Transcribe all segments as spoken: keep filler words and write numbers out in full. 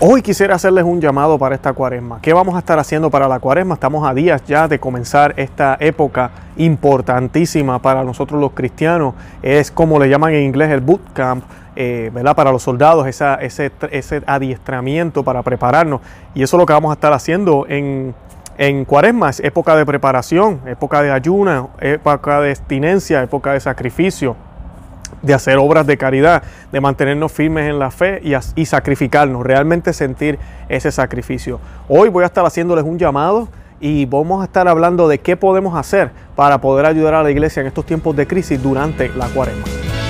Hoy quisiera hacerles un llamado para esta cuaresma. ¿Qué vamos a estar haciendo para la cuaresma? Estamos a días ya de comenzar esta época importantísima para nosotros los cristianos. Es como le llaman en inglés el boot camp, eh, ¿verdad? Para los soldados, esa, ese, ese adiestramiento para prepararnos. Y eso es lo que vamos a estar haciendo en, en cuaresma. Es época de preparación, época de ayuno, época de abstinencia, época de sacrificio, de hacer obras de caridad, de mantenernos firmes en la fe y, y sacrificarnos, realmente sentir ese sacrificio. Hoy voy a estar haciéndoles un llamado y vamos a estar hablando de qué podemos hacer para poder ayudar a la iglesia en estos tiempos de crisis durante la cuaresma.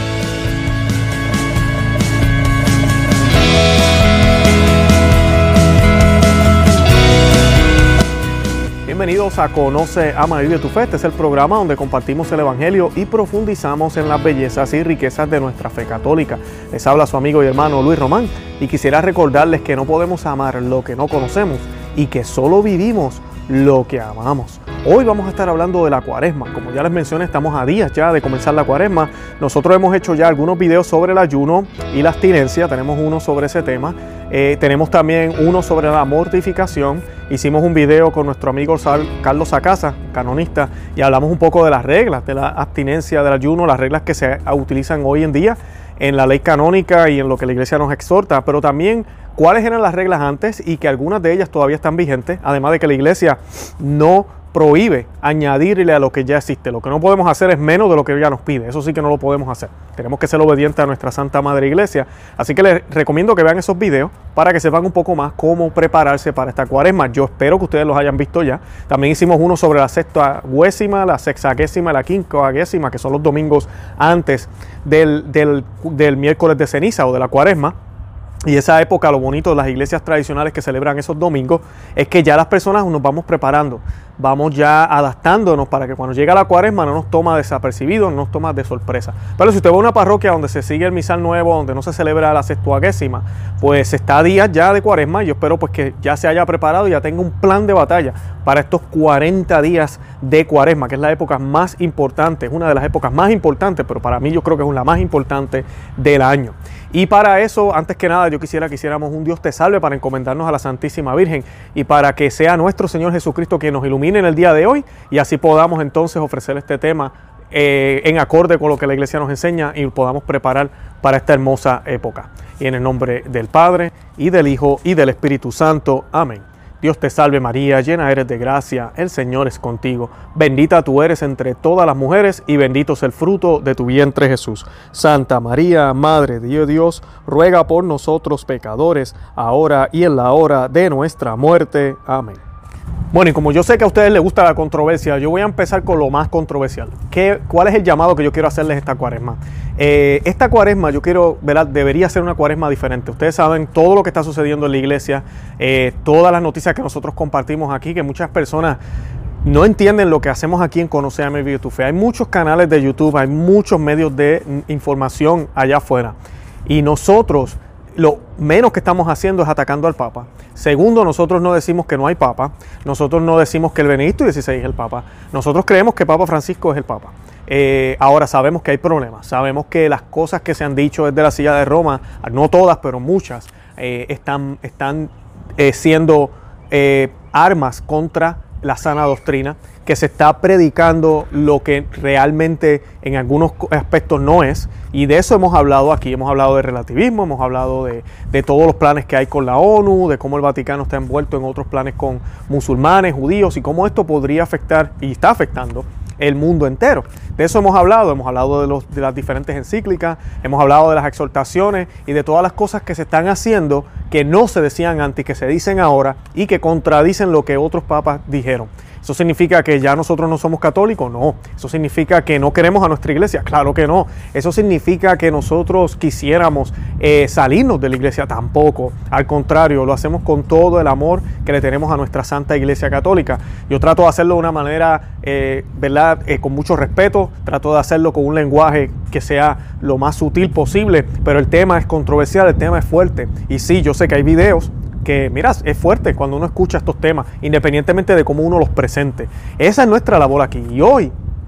Bienvenidos a Conoce, Ama y Vive tu Fe. Este es el programa donde compartimos el Evangelio y profundizamos en las bellezas y riquezas de nuestra fe católica. Les habla su amigo y hermano Luis Román y quisiera recordarles que no podemos amar lo que no conocemos y que solo vivimos lo que amamos. Hoy vamos a estar hablando de la cuaresma. Como ya les mencioné, estamos a días ya de comenzar la cuaresma. Nosotros hemos hecho ya algunos videos sobre el ayuno y la abstinencia. Tenemos uno sobre ese tema. Eh, tenemos también uno sobre la mortificación. Hicimos un video con nuestro amigo Carlos Sacasa, canonista, y hablamos un poco de las reglas de la abstinencia, del ayuno, las reglas que se utilizan hoy en día en la ley canónica y en lo que la iglesia nos exhorta, pero también cuáles eran las reglas antes y que algunas de ellas todavía están vigentes, además de que la iglesia no prohíbe añadirle a lo que ya existe. Lo que no podemos hacer es menos de lo que ella nos pide. Eso sí que no lo podemos hacer. Tenemos que ser obedientes a nuestra Santa Madre Iglesia. Así que les recomiendo que vean esos videos para que sepan un poco más cómo prepararse para esta cuaresma. Yo espero que ustedes los hayan visto ya. También hicimos uno sobre la sextuagésima, la sexagésima y la quincuagésima, que son los domingos antes del, del, del miércoles de ceniza o de la cuaresma. Y esa época, lo bonito de las iglesias tradicionales que celebran esos domingos es que ya las personas nos vamos preparando, vamos ya adaptándonos para que cuando llega la cuaresma no nos toma desapercibidos, no nos toma de sorpresa. Pero si usted va a una parroquia donde se sigue el misal nuevo, donde no se celebra la sextuagésima, pues está a días ya de cuaresma y yo espero pues que ya se haya preparado y ya tenga un plan de batalla para estos cuarenta días de cuaresma, que es la época más importante, es una de las épocas más importantes, pero para mí yo creo que es la más importante del año. Y para eso, antes que nada, yo quisiera que hiciéramos un Dios te salve para encomendarnos a la Santísima Virgen y para que sea nuestro Señor Jesucristo quien nos ilumine en el día de hoy y así podamos entonces ofrecer este tema eh, en acorde con lo que la Iglesia nos enseña y podamos preparar para esta hermosa época. Y en el nombre del Padre, y del Hijo, y del Espíritu Santo. Amén. Dios te salve María, llena eres de gracia, el Señor es contigo. Bendita tú eres entre todas las mujeres y bendito es el fruto de tu vientre Jesús. Santa María, Madre de Dios, ruega por nosotros pecadores, ahora y en la hora de nuestra muerte. Amén. Bueno, y como yo sé que a ustedes les gusta la controversia, yo voy a empezar con lo más controversial. ¿Qué, ¿Cuál es el llamado que yo quiero hacerles esta cuaresma? Eh, esta cuaresma yo quiero, ¿verdad? Debería ser una cuaresma diferente. Ustedes saben todo lo que está sucediendo en la iglesia, eh, todas las noticias que nosotros compartimos aquí, que muchas personas no entienden lo que hacemos aquí en Conoce, Ama y Vive tu Fe. Hay muchos canales de YouTube, hay muchos medios de información allá afuera. Y nosotros, lo menos que estamos haciendo es atacando al Papa. Segundo, nosotros no decimos que no hay Papa. Nosotros no decimos que el Benedicto dieciséis es el Papa. Nosotros creemos que Papa Francisco es el Papa. Eh, ahora sabemos que hay problemas. Sabemos que las cosas que se han dicho desde la silla de Roma, no todas, pero muchas, eh, están, están eh, siendo eh, armas contra la sana doctrina, que se está predicando lo que realmente en algunos aspectos no es, y de eso hemos hablado aquí. Hemos hablado de relativismo, hemos hablado de, de todos los planes que hay con la ONU, de cómo el Vaticano está envuelto en otros planes con musulmanes, judíos, y cómo esto podría afectar y está afectando el mundo entero. De eso hemos hablado, hemos hablado de, los, de las diferentes encíclicas, hemos hablado de las exhortaciones y de todas las cosas que se están haciendo que no se decían antes, que se dicen ahora y que contradicen lo que otros papas dijeron. ¿Eso significa que ya nosotros no somos católicos? No. ¿Eso significa que no queremos a nuestra iglesia? Claro que no. ¿Eso significa que nosotros quisiéramos eh, salirnos de la iglesia? Tampoco. Al contrario, lo hacemos con todo el amor que le tenemos a nuestra Santa Iglesia Católica. Yo trato de hacerlo de una manera, eh, ¿verdad? Eh, con mucho respeto. Trato de hacerlo con un lenguaje que sea lo más sutil posible, pero el tema es controversial, el tema es fuerte. Y sí, yo sé que hay videos que, mira, es fuerte cuando uno escucha estos temas, independientemente de cómo uno los presente. Esa es nuestra labor aquí. Y hoy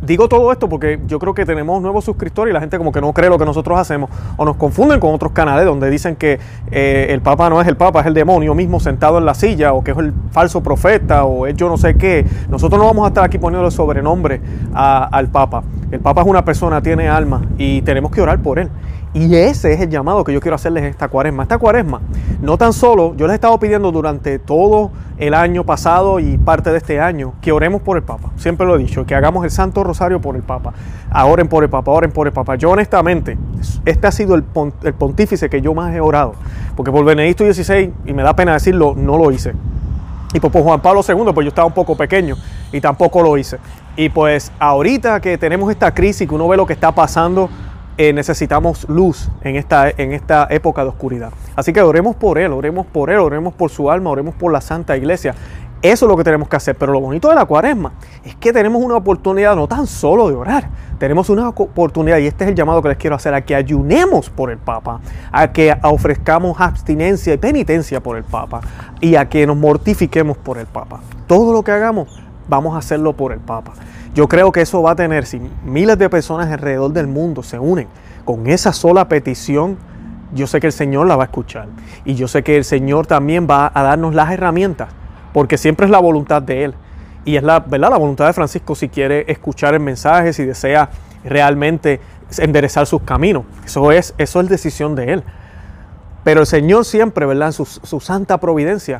digo todo esto porque yo creo que tenemos nuevos suscriptores y la gente como que no cree lo que nosotros hacemos o nos confunden con otros canales donde dicen que eh, el Papa no es el Papa, es el demonio mismo sentado en la silla, o que es el falso profeta, o es yo no sé qué. Nosotros no vamos a estar aquí poniendo el sobrenombre a, al Papa. El Papa es una persona, tiene alma y tenemos que orar por él. Y ese es el llamado que yo quiero hacerles esta cuaresma. Esta cuaresma, no tan solo, yo les he estado pidiendo durante todo el año pasado y parte de este año que oremos por el Papa. Siempre lo he dicho, que hagamos el Santo Rosario por el Papa. Oren por el Papa, oren por el Papa. Yo honestamente, este ha sido el, pont, el pontífice que yo más he orado. Porque por Benedicto dieciséis, y me da pena decirlo, no lo hice. Y por Juan Pablo segundo, pues yo estaba un poco pequeño y tampoco lo hice. Y pues ahorita que tenemos esta crisis, que uno ve lo que está pasando, Eh, necesitamos luz en esta, en esta época de oscuridad. Así que oremos por él, oremos por él, oremos por su alma, oremos por la Santa Iglesia. Eso es lo que tenemos que hacer. Pero lo bonito de la cuaresma es que tenemos una oportunidad no tan solo de orar, tenemos una oportunidad, y este es el llamado que les quiero hacer, a que ayunemos por el Papa, a que ofrezcamos abstinencia y penitencia por el Papa, y a que nos mortifiquemos por el Papa. Todo lo que hagamos, vamos a hacerlo por el Papa. Yo creo que eso va a tener, si miles de personas alrededor del mundo se unen con esa sola petición, yo sé que el Señor la va a escuchar. Y yo sé que el Señor también va a darnos las herramientas, porque siempre es la voluntad de Él. Y es la, ¿verdad? La voluntad de Francisco si quiere escuchar el mensaje, si desea realmente enderezar sus caminos. Eso es, eso es decisión de Él. Pero el Señor siempre, ¿verdad? En su, su santa providencia,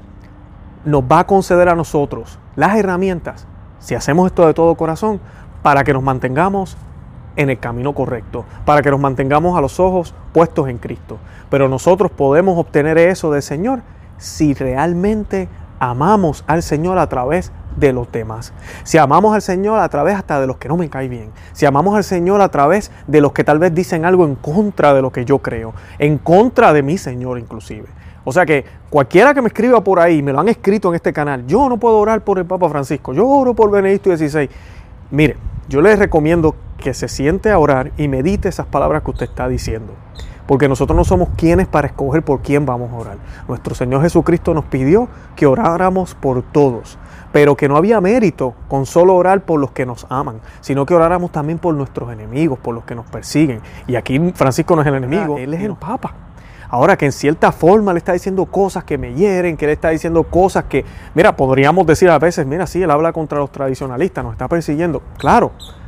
nos va a conceder a nosotros las herramientas, si hacemos esto de todo corazón, para que nos mantengamos en el camino correcto, para que nos mantengamos a los ojos puestos en Cristo. Pero nosotros podemos obtener eso del Señor si realmente amamos al Señor a través de los demás. Si amamos al Señor a través hasta de los que no me caen bien. Si amamos al Señor a través de los que tal vez dicen algo en contra de lo que yo creo, en contra de mi Señor inclusive. O sea que cualquiera que me escriba por ahí, me lo han escrito en este canal, yo no puedo orar por el Papa Francisco, yo oro por Benedicto dieciséis. Mire, yo les recomiendo que se siente a orar y medite esas palabras que usted está diciendo. Porque nosotros no somos quienes para escoger por quién vamos a orar. Nuestro Señor Jesucristo nos pidió que oráramos por todos, pero que no había mérito con solo orar por los que nos aman, sino que oráramos también por nuestros enemigos, por los que nos persiguen. Y aquí Francisco no es el enemigo, él es el Papa. Ahora, que en cierta forma le está diciendo cosas que me hieren, que le está diciendo cosas que, mira, podríamos decir a veces, mira, sí, él habla contra los tradicionalistas, nos está persiguiendo. Claro,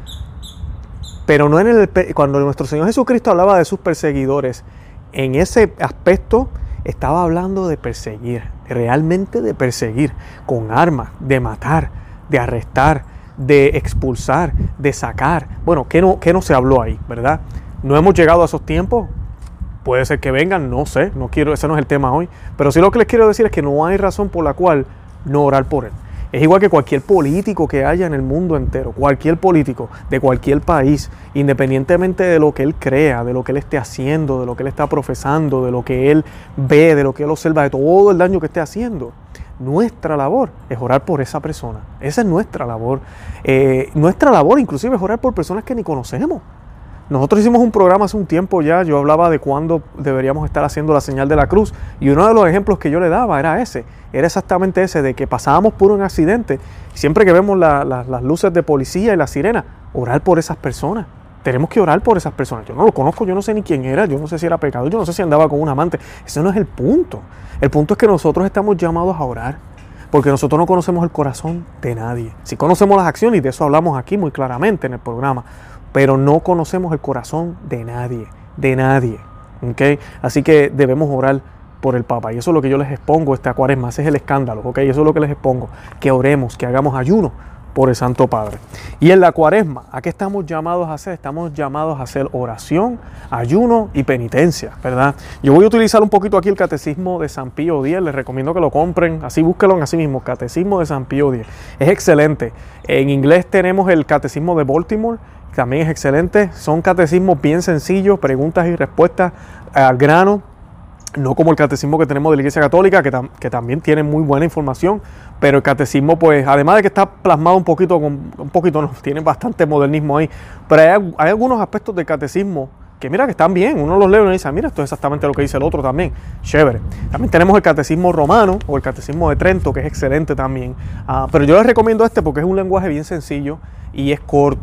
pero no en el, cuando nuestro Señor Jesucristo hablaba de sus perseguidores, en ese aspecto estaba hablando de perseguir, realmente de perseguir, con armas, de matar, de arrestar, de expulsar, de sacar. Bueno, ¿qué no, qué no se habló ahí, verdad? ¿No hemos llegado a esos tiempos? Puede ser que vengan, no sé, no quiero, ese no es el tema hoy. Pero sí lo que les quiero decir es que no hay razón por la cual no orar por él. Es igual que cualquier político que haya en el mundo entero, cualquier político de cualquier país, independientemente de lo que él crea, de lo que él esté haciendo, de lo que él está profesando, de lo que él ve, de lo que él observa, de todo el daño que esté haciendo. Nuestra labor es orar por esa persona. Esa es nuestra labor. Eh, nuestra labor inclusive es orar por personas que ni conocemos. Nosotros hicimos un programa hace un tiempo ya, yo hablaba de cuándo deberíamos estar haciendo la señal de la cruz, y uno de los ejemplos que yo le daba era ese, era exactamente ese, de que pasábamos por un accidente, siempre que vemos la, la, las luces de policía y la sirena, orar por esas personas. Tenemos que orar por esas personas. Yo no lo conozco, yo no sé ni quién era, yo no sé si era pecador, yo no sé si andaba con un amante. Ese no es el punto. El punto es que nosotros estamos llamados a orar, porque nosotros no conocemos el corazón de nadie. Sí conocemos las acciones, y de eso hablamos aquí muy claramente en el programa, pero no conocemos el corazón de nadie, de nadie, ¿ok? Así que debemos orar por el Papa, y eso es lo que yo les expongo esta cuaresma, ese es el escándalo, ¿ok? Eso es lo que les expongo, que oremos, que hagamos ayuno por el Santo Padre. Y en la cuaresma, ¿a qué estamos llamados a hacer? Estamos llamados a hacer oración, ayuno y penitencia, ¿verdad? Yo voy a utilizar un poquito aquí el Catecismo de San Pío X, les recomiendo que lo compren, así búsquelo en así mismo, Catecismo de San Pío X. Es excelente. En inglés tenemos el Catecismo de Baltimore, también es excelente. Son catecismos bien sencillos, preguntas y respuestas al grano, no como el catecismo que tenemos de la Iglesia Católica, que, tam que también tiene muy buena información, pero el catecismo, pues, además de que está plasmado un poquito, con, un poquito no, tiene bastante modernismo ahí, pero hay, hay algunos aspectos del catecismo que mira que están bien, uno los lee y uno dice, mira, esto es exactamente lo que dice el otro también, chévere. También tenemos el catecismo romano o el catecismo de Trento, que es excelente también, uh, pero yo les recomiendo este porque es un lenguaje bien sencillo y es corto.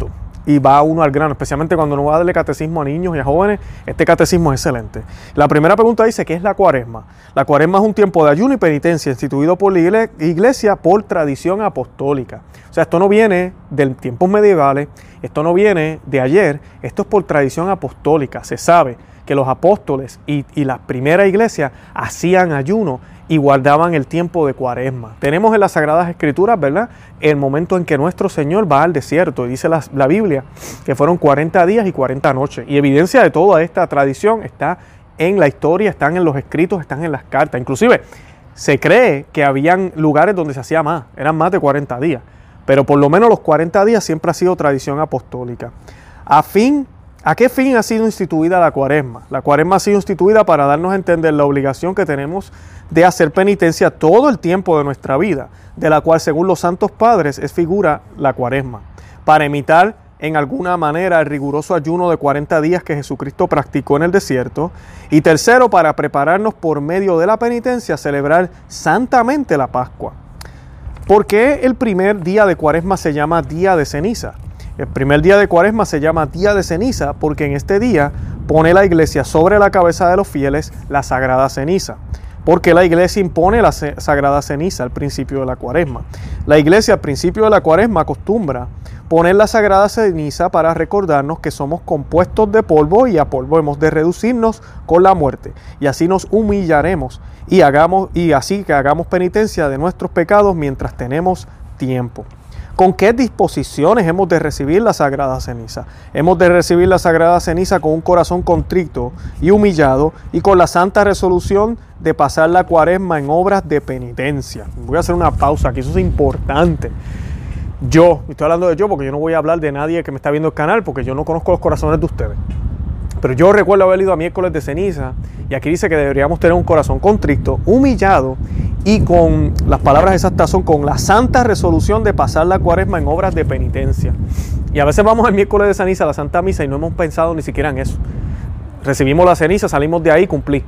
y va uno al grano, especialmente cuando uno va a darle catecismo a niños y a jóvenes. Este catecismo es excelente. La primera pregunta dice, ¿qué es la cuaresma? La cuaresma es un tiempo de ayuno y penitencia instituido por la iglesia por tradición apostólica. O sea, esto no viene de tiempos medievales, esto no viene de ayer, esto es por tradición apostólica. Se sabe que los apóstoles y, y la primera iglesia hacían ayuno y guardaban el tiempo de cuaresma. Tenemos en las Sagradas Escrituras, ¿verdad?, el momento en que nuestro Señor va al desierto. Y dice la, la Biblia que fueron cuarenta días y cuarenta noches. Y evidencia de toda esta tradición está en la historia, están en los escritos, están en las cartas. Inclusive se cree que habían lugares donde se hacía más, eran más de cuarenta días. Pero por lo menos los cuarenta días siempre ha sido tradición apostólica. A fin ¿A qué fin ha sido instituida la cuaresma? La cuaresma ha sido instituida para darnos a entender la obligación que tenemos de hacer penitencia todo el tiempo de nuestra vida, de la cual, según los santos padres, es figura la cuaresma, para imitar en alguna manera el riguroso ayuno de cuarenta días que Jesucristo practicó en el desierto, y tercero, para prepararnos por medio de la penitencia a celebrar santamente la Pascua. ¿Por qué el primer día de cuaresma se llama día de ceniza? El primer día de cuaresma se llama día de ceniza porque en este día pone la iglesia sobre la cabeza de los fieles la sagrada ceniza. Porque la iglesia impone la sagrada ceniza al principio de la cuaresma. La iglesia al principio de la cuaresma acostumbra poner la sagrada ceniza para recordarnos que somos compuestos de polvo y a polvo hemos de reducirnos con la muerte. Y así nos humillaremos y, hagamos, y así que hagamos penitencia de nuestros pecados mientras tenemos tiempo. ¿Con qué disposiciones hemos de recibir la sagrada ceniza? Hemos de recibir la sagrada ceniza con un corazón contrito y humillado y con la santa resolución de pasar la cuaresma en obras de penitencia. Voy a hacer una pausa aquí, eso es importante. Yo, estoy hablando de yo porque yo no voy a hablar de nadie que me está viendo el canal porque yo no conozco los corazones de ustedes. Pero yo recuerdo haber ido a miércoles de ceniza y aquí dice que deberíamos tener un corazón contrito, humillado y con, las palabras exactas son con la santa resolución de pasar la cuaresma en obras de penitencia. Y a veces vamos al miércoles de ceniza a la Santa Misa y no hemos pensado ni siquiera en eso. Recibimos la ceniza, salimos de ahí y cumplí.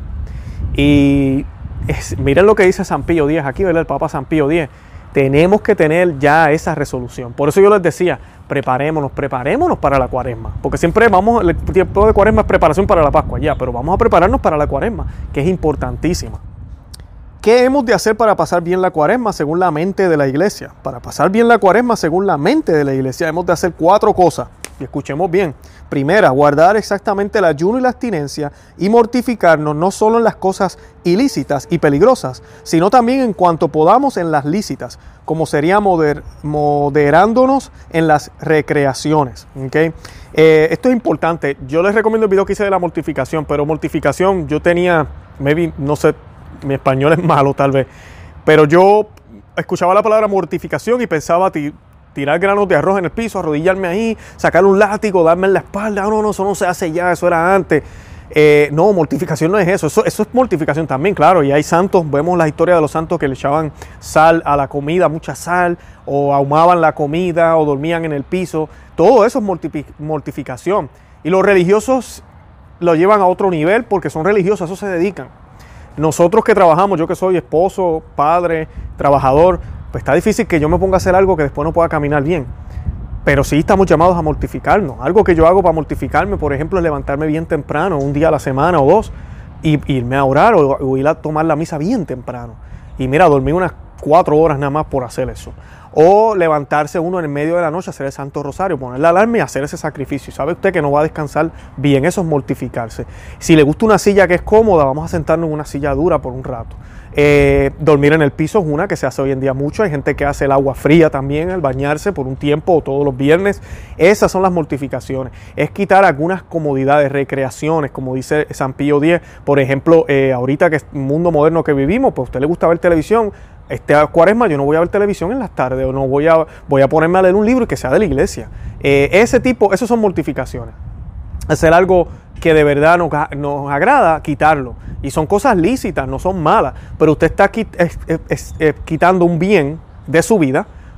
Y es, miren lo que dice San Pío X aquí, ¿verdad? El Papa San Pío X. Tenemos que tener ya esa resolución. Por eso yo les decía, preparémonos, preparémonos para la cuaresma. Porque siempre vamos, el tiempo de cuaresma es preparación para la Pascua, ya, pero vamos a prepararnos para la cuaresma, que es importantísima. ¿Qué hemos de hacer para pasar bien la cuaresma según la mente de la iglesia? Para pasar bien la cuaresma según la mente de la iglesia hemos de hacer cuatro cosas. Y escuchemos bien. Primera, guardar exactamente el ayuno y la abstinencia y mortificarnos no solo en las cosas ilícitas y peligrosas, sino también en cuanto podamos en las lícitas, como sería moder, moderándonos en las recreaciones. ¿Okay? Eh, esto es importante. Yo les recomiendo el video que hice de la mortificación, pero mortificación yo tenía, maybe, no sé, mi español es malo tal vez, pero yo escuchaba la palabra mortificación y pensaba ti, tirar granos de arroz en el piso, arrodillarme ahí, sacar un látigo, darme en la espalda. No, no, eso no se hace ya, eso era antes. Eh, no, mortificación no es eso. eso, eso es mortificación también, claro, y hay santos, vemos la historia de los santos que le echaban sal a la comida, mucha sal, o ahumaban la comida, o dormían en el piso. Todo eso es mortificación, y los religiosos lo llevan a otro nivel porque son religiosos, a eso se dedican. Nosotros que trabajamos, yo que soy esposo, padre, trabajador, pues está difícil que yo me ponga a hacer algo que después no pueda caminar bien. Pero sí estamos llamados a mortificarnos. Algo que yo hago para mortificarme, por ejemplo, es levantarme bien temprano, un día a la semana o dos, y irme a orar o, o ir a tomar la misa bien temprano. Y mira, dormir unas cuatro horas nada más por hacer eso. O levantarse uno en el medio de la noche, hacer el Santo Rosario, poner la alarma y hacer ese sacrificio. ¿Sabe usted que no va a descansar bien? Eso es mortificarse. Si le gusta una silla que es cómoda, vamos a sentarnos en una silla dura por un rato. Eh, dormir en el piso es una que se hace hoy en día mucho. Hay gente que hace el agua fría también, el bañarse por un tiempo o todos los viernes. Esas son las mortificaciones. Es quitar algunas comodidades, recreaciones, como dice San Pío X. Por ejemplo, eh, ahorita que es un mundo moderno que vivimos, pues a usted le gusta ver televisión. Este cuaresma yo no voy a ver televisión en las tardes, o no voy a, voy a ponerme a leer un libro y que sea de la iglesia. Eh, ese tipo, eso son mortificaciones. Hacer algo que de verdad nos, nos agrada, quitarlo. Y son cosas lícitas, no son malas, pero usted está quit, es, es, es, quitando un bien de su vida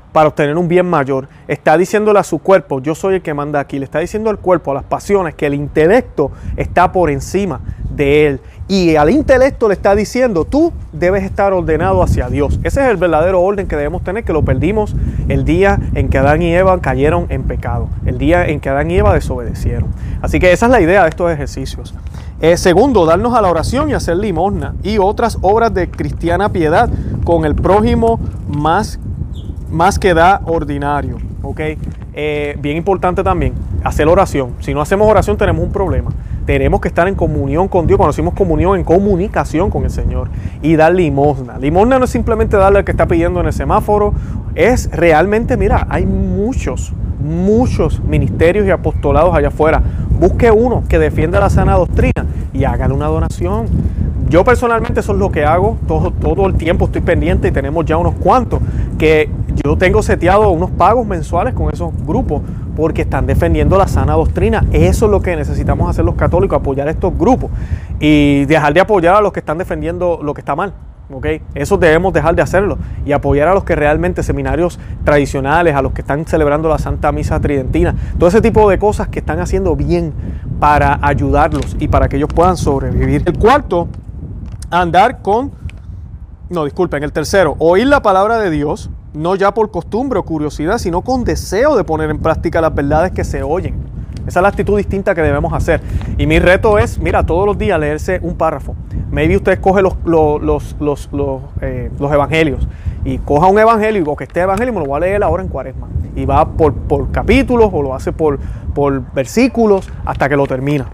para obtener un bien mayor. Está diciéndole a su cuerpo, yo soy el que manda aquí. Le está diciendo al cuerpo, a las pasiones, que el intelecto está por encima de él. Y al intelecto le está diciendo, tú debes estar ordenado hacia Dios. Ese es el verdadero orden que debemos tener, que lo perdimos el día en que Adán y Eva cayeron en pecado. El día en que Adán y Eva desobedecieron. Así que esa es la idea de estos ejercicios. Eh, segundo, darnos a la oración y hacer limosna y otras obras de cristiana piedad con el prójimo más más que da ordinario, ¿ok? Eh, bien importante también, hacer oración. Si no hacemos oración tenemos un problema. Tenemos que estar en comunión con Dios. Cuando decimos comunión, en comunicación con el Señor. Y dar limosna. Limosna no es simplemente darle al que está pidiendo en el semáforo. Es realmente, mira, hay muchos, muchos ministerios y apostolados allá afuera. Busque uno que defienda la sana doctrina y hágale una donación. Yo personalmente eso es lo que hago, todo, todo el tiempo estoy pendiente y tenemos ya unos cuantos que yo tengo seteado unos pagos mensuales con esos grupos porque están defendiendo la sana doctrina. Eso es lo que necesitamos hacer los católicos, apoyar a estos grupos y dejar de apoyar a los que están defendiendo lo que está mal. ¿Okay? Eso debemos dejar de hacerlo y apoyar a los que realmente, seminarios tradicionales, a los que están celebrando la Santa Misa Tridentina, todo ese tipo de cosas que están haciendo bien para ayudarlos y para que ellos puedan sobrevivir. El cuarto, andar con, no disculpen, el tercero, oír la palabra de Dios, no ya por costumbre o curiosidad, sino con deseo de poner en práctica las verdades que se oyen. Esa es la actitud distinta que debemos hacer. Y mi reto es, mira, todos los días leerse un párrafo. Maybe usted coge los, los, los, los, los, eh, los evangelios y coja un evangelio y o que este evangelio me lo voy a leer ahora en Cuaresma. Y va por, por capítulos o lo hace por, por versículos hasta que lo termina.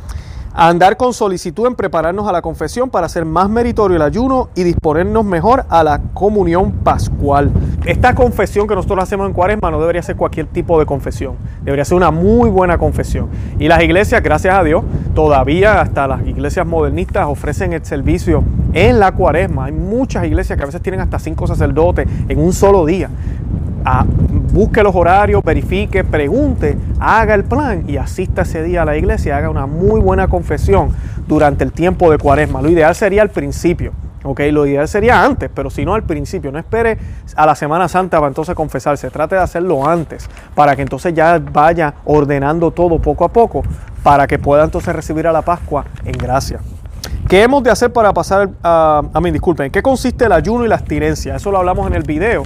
Andar con solicitud en prepararnos a la confesión para hacer más meritorio el ayuno y disponernos mejor a la comunión pascual. Esta confesión que nosotros hacemos en Cuaresma no debería ser cualquier tipo de confesión. Debería ser una muy buena confesión. Y las iglesias, gracias a Dios, todavía hasta las iglesias modernistas ofrecen el servicio en la Cuaresma. Hay muchas iglesias que a veces tienen hasta cinco sacerdotes en un solo día. Ah, busque los horarios, verifique, pregunte, haga el plan y asista ese día a la iglesia, haga una muy buena confesión durante el tiempo de Cuaresma. Lo ideal sería al principio, ¿ok? Lo ideal sería antes, pero si no al principio. No espere a la Semana Santa para entonces confesarse. Trate de hacerlo antes para que entonces ya vaya ordenando todo poco a poco para que pueda entonces recibir a la Pascua en gracia. ¿Qué hemos de hacer para pasar a, a mí, disculpen, qué consiste el ayuno y la abstinencia? Eso lo hablamos en el video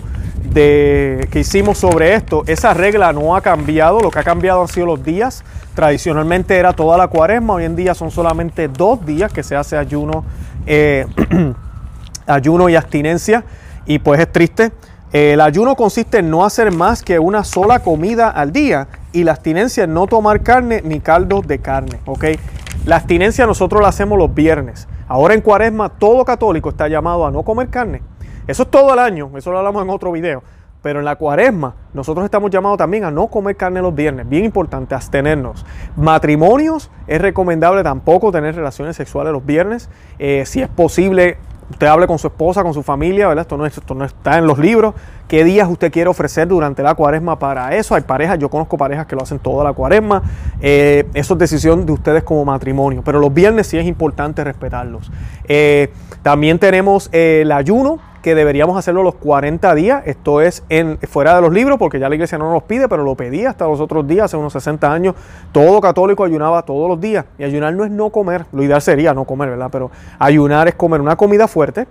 de, que hicimos sobre esto. Esa regla no ha cambiado, lo que ha cambiado han sido los días. Tradicionalmente era toda la Cuaresma, hoy en día son solamente dos días que se hace ayuno, eh, ayuno y abstinencia, y pues es triste. El ayuno consiste en no hacer más que una sola comida al día y la abstinencia en no tomar carne ni caldo de carne, ¿ok? La abstinencia nosotros la hacemos los viernes. Ahora en Cuaresma todo católico está llamado a no comer carne. Eso es todo el año, eso lo hablamos en otro video. Pero en la Cuaresma nosotros estamos llamados también a no comer carne los viernes. Bien importante, abstenernos. Matrimonios, es recomendable tampoco tener relaciones sexuales los viernes. Eh, si es posible, usted hable con su esposa, con su familia, ¿verdad? Esto no, es, esto no está en los libros. ¿Qué días usted quiere ofrecer durante la Cuaresma para eso? Hay parejas, yo conozco parejas que lo hacen toda la Cuaresma. Eh, eso es decisión de ustedes como matrimonio. Pero los viernes sí es importante respetarlos. Eh, también tenemos eh, el ayuno, que deberíamos hacerlo los cuarenta días. Esto es en, fuera de los libros, porque ya la iglesia no nos los pide, pero lo pedía hasta los otros días, hace unos sesenta años. Todo católico ayunaba todos los días. Y ayunar no es no comer, lo ideal sería no comer, ¿verdad? Pero ayunar es comer una comida fuerte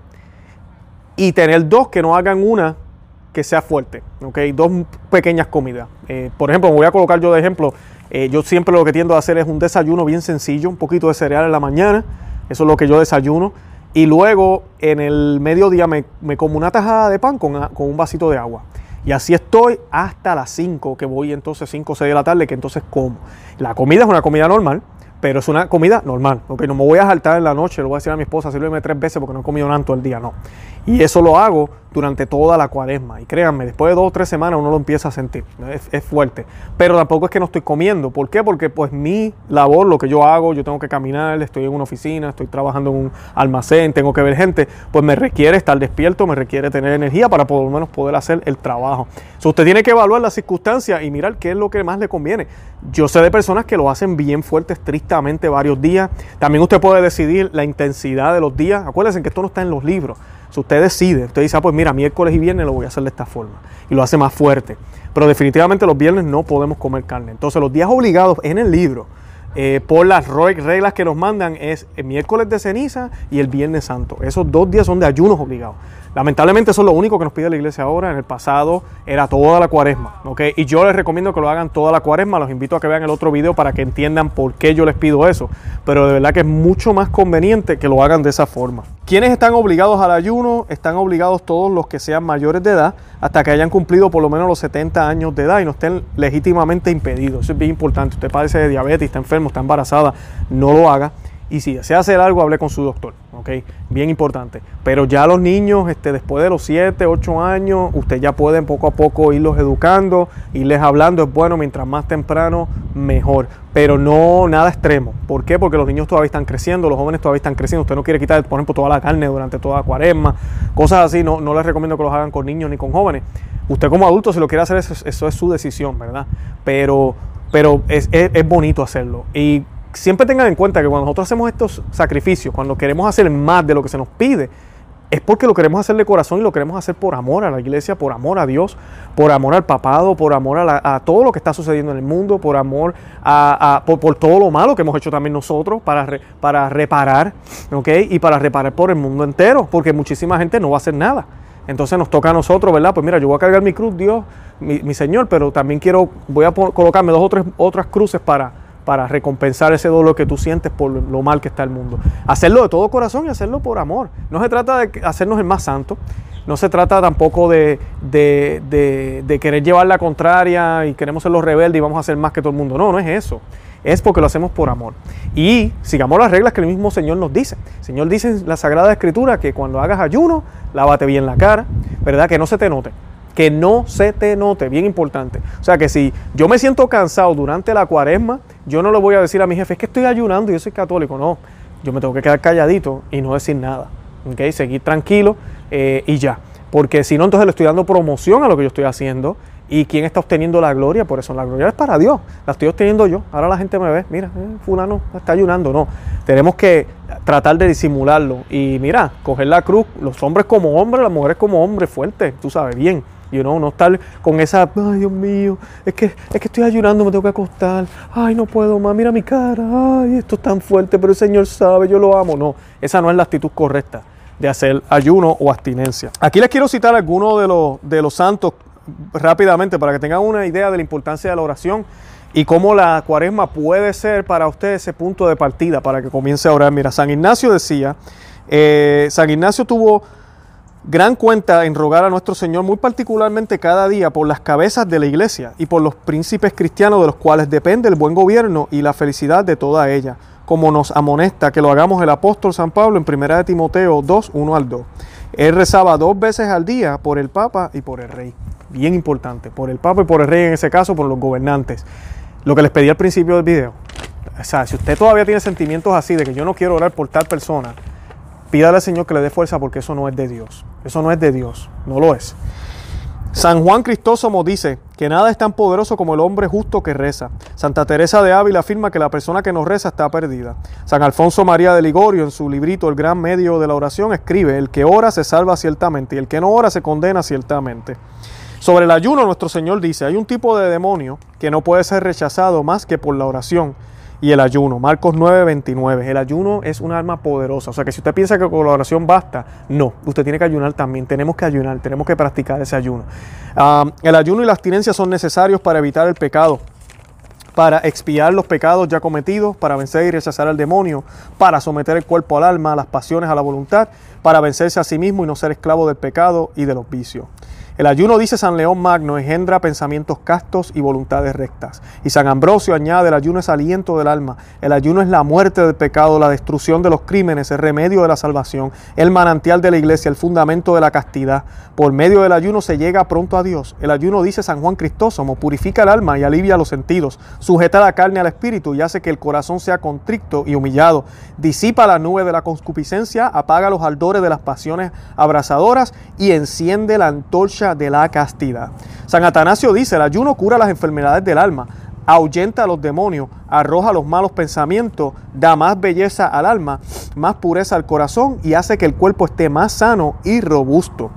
y tener dos que no hagan una que sea fuerte, ¿ok? Dos pequeñas comidas. Eh, por ejemplo, me voy a colocar yo de ejemplo, eh, yo siempre lo que tiendo a hacer es un desayuno bien sencillo, un poquito de cereal en la mañana, eso es lo que yo desayuno. Y luego en el mediodía me, me como una tajada de pan con, con un vasito de agua. Y así estoy hasta las cinco, que voy entonces cinco o seis de la tarde, que entonces como. La comida es una comida normal, pero es una comida normal. Okay, no me voy a saltar en la noche, le voy a decir a mi esposa, sírveme tres veces porque no he comido nada todo el día, no. Y eso lo hago durante toda la Cuaresma. Y créanme, después de dos o tres semanas uno lo empieza a sentir. Es, es fuerte. Pero tampoco es que no estoy comiendo. ¿Por qué? Porque pues mi labor, lo que yo hago, yo tengo que caminar, estoy en una oficina, estoy trabajando en un almacén, tengo que ver gente, pues me requiere estar despierto, me requiere tener energía para por lo menos poder hacer el trabajo. So, usted tiene que evaluar las circunstancias y mirar qué es lo que más le conviene. Yo sé de personas que lo hacen bien fuerte, estrictamente varios días. También usted puede decidir la intensidad de los días. Acuérdense que esto no está en los libros. Si usted decide, usted dice, ah, pues mira, miércoles y viernes lo voy a hacer de esta forma. Y lo hace más fuerte. Pero definitivamente los viernes no podemos comer carne. Entonces los días obligados en el libro, eh, por las reglas que nos mandan, es el miércoles de ceniza y el viernes santo. Esos dos días son de ayunos obligados. Lamentablemente eso es lo único que nos pide la iglesia ahora. En el pasado era toda la cuaresma, ¿ok? Y yo les recomiendo que lo hagan toda la cuaresma. Los invito a que vean el otro video para que entiendan por qué yo les pido eso. Pero de verdad que es mucho más conveniente que lo hagan de esa forma. ¿Quiénes están obligados al ayuno? Están obligados todos los que sean mayores de edad hasta que hayan cumplido por lo menos los setenta años de edad y no estén legítimamente impedidos. Eso es bien importante. Usted padece de diabetes, está enfermo, está embarazada, no lo haga. Y si desea hacer algo, hable con su doctor, ¿ok? Bien importante. Pero ya los niños, este, después de los siete, ocho años, usted ya puede poco a poco irlos educando, irles hablando. Es bueno, mientras más temprano, mejor. Pero no nada extremo. ¿Por qué? Porque los niños todavía están creciendo, los jóvenes todavía están creciendo. Usted no quiere quitar, por ejemplo, toda la carne durante toda la cuaresma. Cosas así, no, no les recomiendo que los hagan con niños ni con jóvenes. Usted como adulto, si lo quiere hacer, eso, eso es su decisión, ¿verdad? Pero, pero es, es, es bonito hacerlo. Y siempre tengan en cuenta que cuando nosotros hacemos estos sacrificios, cuando queremos hacer más de lo que se nos pide, es porque lo queremos hacer de corazón y lo queremos hacer por amor a la iglesia, por amor a Dios, por amor al papado, por amor a, la, a todo lo que está sucediendo en el mundo, por amor a, a por, por todo lo malo que hemos hecho también nosotros para, re, para reparar, ¿ok? Y para reparar por el mundo entero, porque muchísima gente no va a hacer nada. Entonces nos toca a nosotros, ¿verdad? Pues mira, yo voy a cargar mi cruz, Dios, mi, mi Señor, pero también quiero, voy a por, colocarme dos o tres otras cruces para... para recompensar ese dolor que tú sientes por lo mal que está el mundo. Hacerlo de todo corazón y hacerlo por amor. No se trata de hacernos el más santo, no se trata tampoco de, de, de, de querer llevar la contraria y queremos ser los rebeldes y vamos a hacer más que todo el mundo. No, no es eso. Es porque lo hacemos por amor. Y sigamos las reglas que el mismo Señor nos dice. El Señor dice en la Sagrada Escritura que cuando hagas ayuno, lávate bien la cara, ¿verdad? Que no se te note. Que no se te note, bien importante. O sea que si yo me siento cansado durante la cuaresma, yo no le voy a decir a mi jefe, es que estoy ayunando y yo soy católico. No, yo me tengo que quedar calladito y no decir nada. ¿Okay? Seguir tranquilo eh, y ya. Porque si no, entonces le estoy dando promoción a lo que yo estoy haciendo. ¿Y quién está obteniendo la gloria? Por eso la gloria es para Dios. La estoy obteniendo yo. Ahora la gente me ve, mira, eh, fulano está ayunando. No, tenemos que tratar de disimularlo. Y mira, coger la cruz, los hombres como hombres, las mujeres como hombres fuertes, tú sabes, bien. You know, no estar con esa, ay Dios mío, es que, es que estoy ayunando, me tengo que acostar, ay no puedo más, mira mi cara, ay esto es tan fuerte, pero el Señor sabe, yo lo amo. No, esa no es la actitud correcta de hacer ayuno o abstinencia. Aquí les quiero citar algunos de los, de los santos rápidamente para que tengan una idea de la importancia de la oración y cómo la cuaresma puede ser para usted ese punto de partida para que comience a orar. Mira, San Ignacio decía, eh, San Ignacio tuvo gran cuenta en rogar a nuestro Señor, muy particularmente cada día, por las cabezas de la iglesia y por los príncipes cristianos de los cuales depende el buen gobierno y la felicidad de toda ella, como nos amonesta que lo hagamos el apóstol San Pablo en primera de Timoteo dos, uno al dos. Él rezaba dos veces al día por el Papa y por el Rey. Bien importante, por el Papa y por el Rey, en ese caso por los gobernantes. Lo que les pedí al principio del video. O sea, si usted todavía tiene sentimientos así de que yo no quiero orar por tal persona, pídale al Señor que le dé fuerza porque eso no es de Dios. Eso no es de Dios, no lo es. San Juan Crisóstomo dice que nada es tan poderoso como el hombre justo que reza. Santa Teresa de Ávila afirma que la persona que no reza está perdida. San Alfonso María de Ligorio, en su librito El gran medio de la oración, escribe: el que ora se salva ciertamente y el que no ora se condena ciertamente. Sobre el ayuno, nuestro Señor dice: hay un tipo de demonio que no puede ser rechazado más que por la oración y el ayuno. Marcos nueve, veintinueve. El ayuno es un arma poderosa. O sea que si usted piensa que con la oración basta, no. Usted tiene que ayunar también. Tenemos que ayunar, tenemos que practicar ese ayuno. Um, el ayuno y la abstinencia son necesarios para evitar el pecado, para expiar los pecados ya cometidos, para vencer y rechazar al demonio, para someter el cuerpo al alma, a las pasiones, a la voluntad, para vencerse a sí mismo y no ser esclavo del pecado y de los vicios. El ayuno, dice San León Magno, engendra pensamientos castos y voluntades rectas. Y San Ambrosio añade: el ayuno es aliento del alma. El ayuno es la muerte del pecado, la destrucción de los crímenes, el remedio de la salvación, el manantial de la iglesia, el fundamento de la castidad. Por medio del ayuno se llega pronto a Dios. El ayuno, dice San Juan Crisóstomo, purifica el alma y alivia los sentidos, sujeta la carne al espíritu y hace que el corazón sea contrito y humillado. Disipa la nube de la concupiscencia, apaga los ardores de las pasiones abrasadoras y enciende la antorcha de la castidad. San Atanasio dice: el ayuno cura las enfermedades del alma, ahuyenta a los demonios, arroja los malos pensamientos, da más belleza al alma, más pureza al corazón y hace que el cuerpo esté más sano y robusto.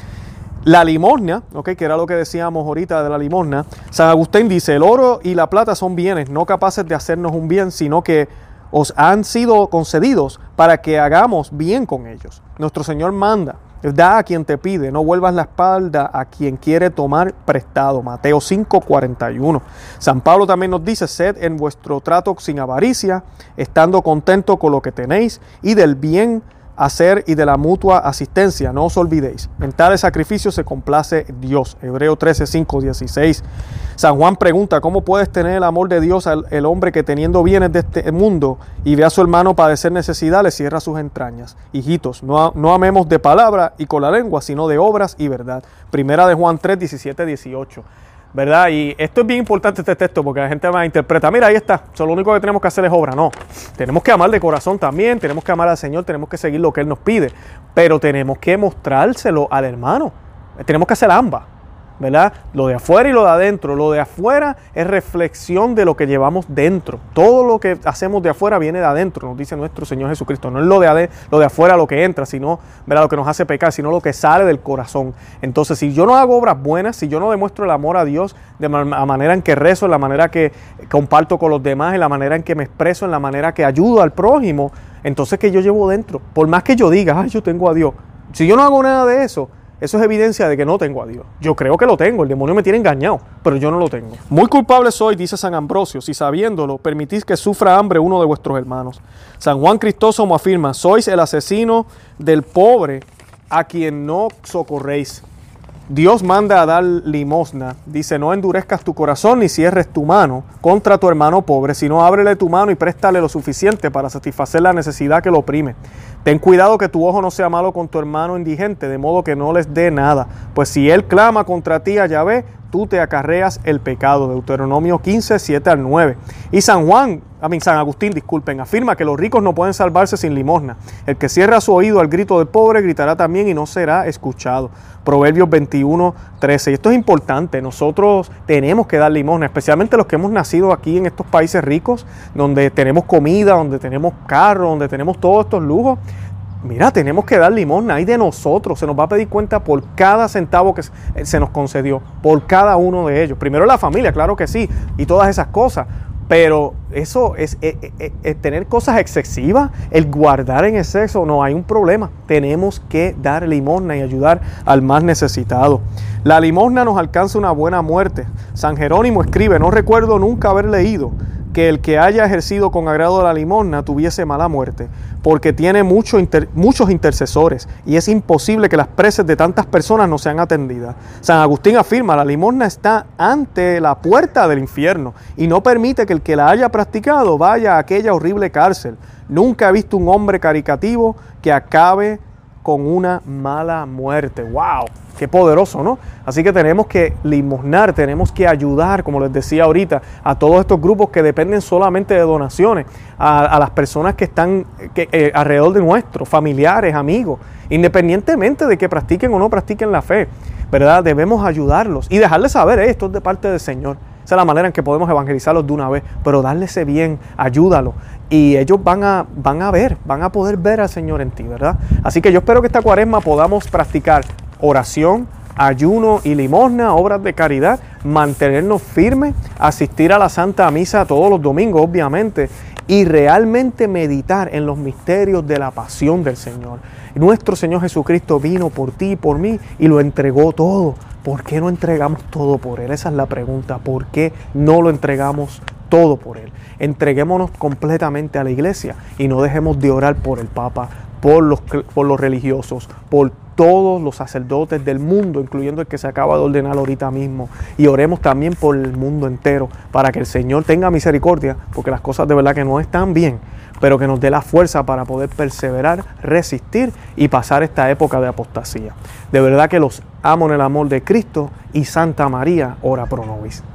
La limosna, okay, que era lo que decíamos ahorita de la limosna, San Agustín dice, el oro y la plata son bienes, no capaces de hacernos un bien, sino que os han sido concedidos para que hagamos bien con ellos. Nuestro Señor manda, da a quien te pide, no vuelvas la espalda a quien quiere tomar prestado. Mateo cinco, cuarenta y uno. San Pablo también nos dice, sed en vuestro trato sin avaricia, estando contento con lo que tenéis y del bien hacer y de la mutua asistencia, no os olvidéis. En tales sacrificios se complace Dios. Hebreo trece, cinco, dieciséis. San Juan pregunta, ¿cómo puedes tener el amor de Dios al el hombre que teniendo bienes de este mundo y ve a su hermano padecer necesidad, le cierra sus entrañas? Hijitos, no, no amemos de palabra y con la lengua, sino de obras y verdad. Primera de Juan tres, diecisiete, dieciocho. ¿Verdad? Y esto es bien importante, este texto, porque la gente va a interpretar, mira, ahí está, so, lo único que tenemos que hacer es obra. No, tenemos que amar de corazón también, tenemos que amar al Señor, tenemos que seguir lo que Él nos pide, pero tenemos que mostrárselo al hermano, tenemos que hacer ambas, ¿verdad? Lo de afuera y lo de adentro. Lo de afuera es reflexión de lo que llevamos dentro. Todo lo que hacemos de afuera viene de adentro, nos dice nuestro Señor Jesucristo. No es lo de, ade- lo de afuera lo que entra, sino, ¿verdad?, lo que nos hace pecar, sino lo que sale del corazón. Entonces, si yo no hago obras buenas, si yo no demuestro el amor a Dios de la manera en que rezo, en la manera que comparto con los demás, en la manera en que me expreso, en la manera que ayudo al prójimo, entonces, ¿qué yo llevo dentro? Por más que yo diga, ay, yo tengo a Dios, si yo no hago nada de eso, eso es evidencia de que no tengo a Dios. Yo creo que lo tengo, el demonio me tiene engañado, pero yo no lo tengo. Muy culpable soy, dice San Ambrosio, si sabiéndolo permitís que sufra hambre uno de vuestros hermanos. San Juan Crisóstomo afirma, sois el asesino del pobre a quien no socorréis. Dios manda a dar limosna, dice, no endurezcas tu corazón ni cierres tu mano contra tu hermano pobre, sino ábrele tu mano y préstale lo suficiente para satisfacer la necesidad que lo oprime. Ten cuidado que tu ojo no sea malo con tu hermano indigente, de modo que no les dé nada, pues si él clama contra ti a Yahvé, tú te acarreas el pecado. Deuteronomio quince, siete al nueve. Y San Juan, a mí, San Agustín, disculpen, afirma que los ricos no pueden salvarse sin limosna. El que cierra su oído al grito del pobre gritará también y no será escuchado. Proverbios veintiuno, trece. Y esto es importante, nosotros tenemos que dar limosna, especialmente los que hemos nacido aquí en estos países ricos, donde tenemos comida, donde tenemos carro, donde tenemos todos estos lujos. Mira, tenemos que dar limosna, hay de nosotros, se nos va a pedir cuenta por cada centavo que se nos concedió, por cada uno de ellos. Primero la familia, claro que sí, y todas esas cosas, pero eso es, es, es, es tener cosas excesivas, el guardar en exceso, no hay un problema. Tenemos que dar limosna y ayudar al más necesitado. La limosna nos alcanza una buena muerte. San Jerónimo escribe, no recuerdo nunca haber leído que el que haya ejercido con agrado la limosna tuviese mala muerte, porque tiene mucho inter, muchos intercesores y es imposible que las preces de tantas personas no sean atendidas. San Agustín afirma, la limosna está ante la puerta del infierno y no permite que el que la haya practicado vaya a aquella horrible cárcel. Nunca he visto un hombre caricativo que acabe con una mala muerte. ¡Wow! Qué poderoso, ¿no? Así que tenemos que limosnar, tenemos que ayudar, como les decía ahorita, a todos estos grupos que dependen solamente de donaciones, a, a las personas que están que, eh, alrededor de nuestros, familiares, amigos, independientemente de que practiquen o no practiquen la fe, ¿verdad? Debemos ayudarlos y dejarles saber, eh, esto es de parte del Señor. Esa es la manera en que podemos evangelizarlos de una vez, pero darles ese bien, ayúdalos. Y ellos van a, van a ver, van a poder ver al Señor en ti, ¿verdad? Así que yo espero que esta cuaresma podamos practicar oración, ayuno y limosna, obras de caridad, mantenernos firmes, asistir a la Santa Misa todos los domingos, obviamente, y realmente meditar en los misterios de la pasión del Señor. Nuestro Señor Jesucristo vino por ti y por mí y lo entregó todo. ¿Por qué no entregamos todo por Él? Esa es la pregunta. ¿Por qué no lo entregamos todo por Él? Entreguémonos completamente a la iglesia y no dejemos de orar por el Papa, por los, por los religiosos, por todos los sacerdotes del mundo, incluyendo el que se acaba de ordenar ahorita mismo. Y oremos también por el mundo entero, para que el Señor tenga misericordia, porque las cosas de verdad que no están bien, pero que nos dé la fuerza para poder perseverar, resistir y pasar esta época de apostasía. De verdad que los amo en el amor de Cristo y Santa María, ora pro nobis.